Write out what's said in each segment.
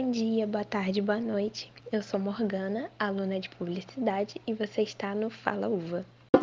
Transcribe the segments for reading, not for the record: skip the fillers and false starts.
Bom dia, boa tarde, boa noite. Eu sou Morgana, aluna de publicidade, e você está no Fala Uva.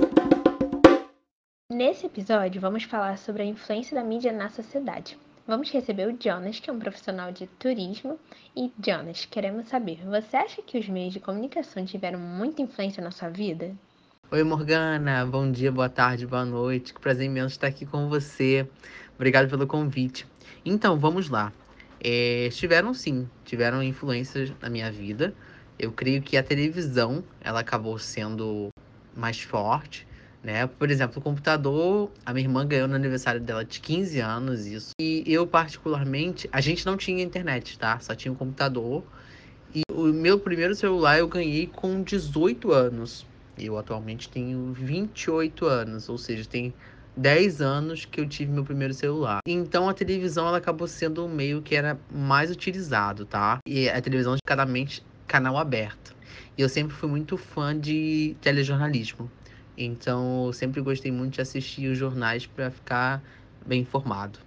Nesse episódio, vamos falar sobre a influência da mídia na sociedade. Vamos receber o Jonas, que é um profissional de turismo. E Jonas, queremos saber, você acha que os meios de comunicação tiveram muita influência na sua vida? Oi, Morgana. Bom dia, boa tarde, boa noite. Que prazer imenso estar aqui com você. Obrigado pelo convite. Então, vamos lá. Tiveram influências na minha vida. Eu creio que a televisão, ela acabou sendo mais forte, né? Por exemplo, o computador, a minha irmã ganhou no aniversário dela de 15 anos, isso. E eu, particularmente, a gente não tinha internet, tá? Só tinha um computador. E o meu primeiro celular eu ganhei com 18 anos. Eu atualmente tenho 28 anos, ou seja, tem 10 anos que eu tive meu primeiro celular. Então a televisão ela acabou sendo o meio que era mais utilizado, tá? E a televisão de canal aberto. E eu sempre fui muito fã de telejornalismo. Então eu sempre gostei muito de assistir os jornais para ficar bem informado.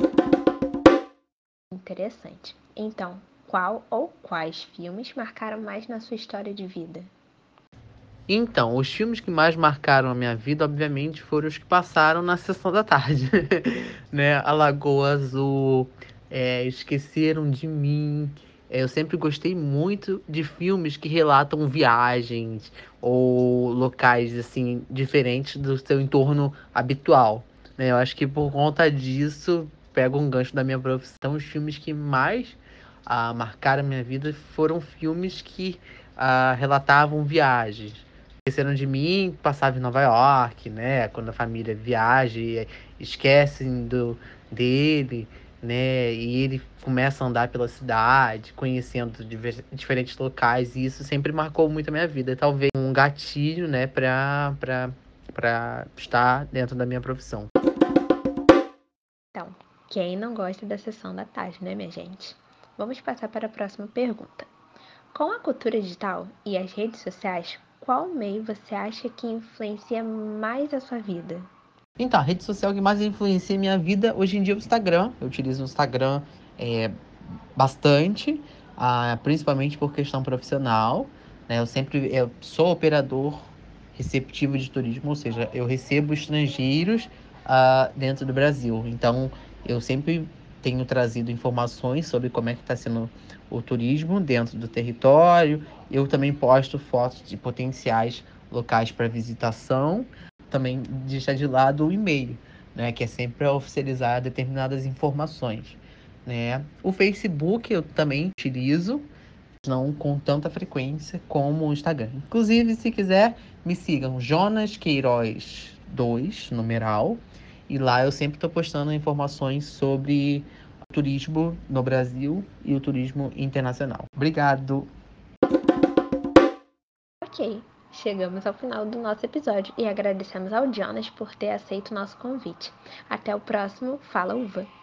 Interessante. Então, qual ou quais filmes marcaram mais na sua história de vida? Então, os filmes que mais marcaram a minha vida, obviamente, foram os que passaram na sessão da tarde, né? A Lagoa Azul, Esqueceram de Mim. Eu sempre gostei muito de filmes que relatam viagens ou locais, assim, diferentes do seu entorno habitual, né? Eu acho que por conta disso, pego um gancho da minha profissão, os filmes que mais marcaram a minha vida foram filmes que relatavam viagens. Esqueceram de Mim, passava em Nova York, né? Quando a família viaja e esquecem dele, né? E ele começa a andar pela cidade, conhecendo diferentes locais, e isso sempre marcou muito a minha vida. Talvez um gatilho, né, pra estar dentro da minha profissão. Então, quem não gosta da sessão da tarde, né, minha gente? Vamos passar para a próxima pergunta. Com a cultura digital e as redes sociais, qual meio você acha que influencia mais a sua vida? Então, a rede social que mais influencia a minha vida hoje em dia é o Instagram. Eu utilizo o Instagram é, bastante, principalmente por questão profissional, né? Eu sou operador receptivo de turismo, ou seja, eu recebo estrangeiros dentro do Brasil. Então, eu sempre tenho trazido informações sobre como é que está sendo o turismo dentro do território. Eu também posto fotos de potenciais locais para visitação. Também deixar de lado o e-mail, né, que é sempre para oficializar determinadas informações, né? O Facebook eu também utilizo, não com tanta frequência como o Instagram. Inclusive, se quiser, me sigam Jonas Queiroz 2 numeral, e lá eu sempre estou postando informações sobre o turismo no Brasil e o turismo internacional. Obrigado! Ok, chegamos ao final do nosso episódio e agradecemos ao Jonas por ter aceito o nosso convite. Até o próximo Fala Uva!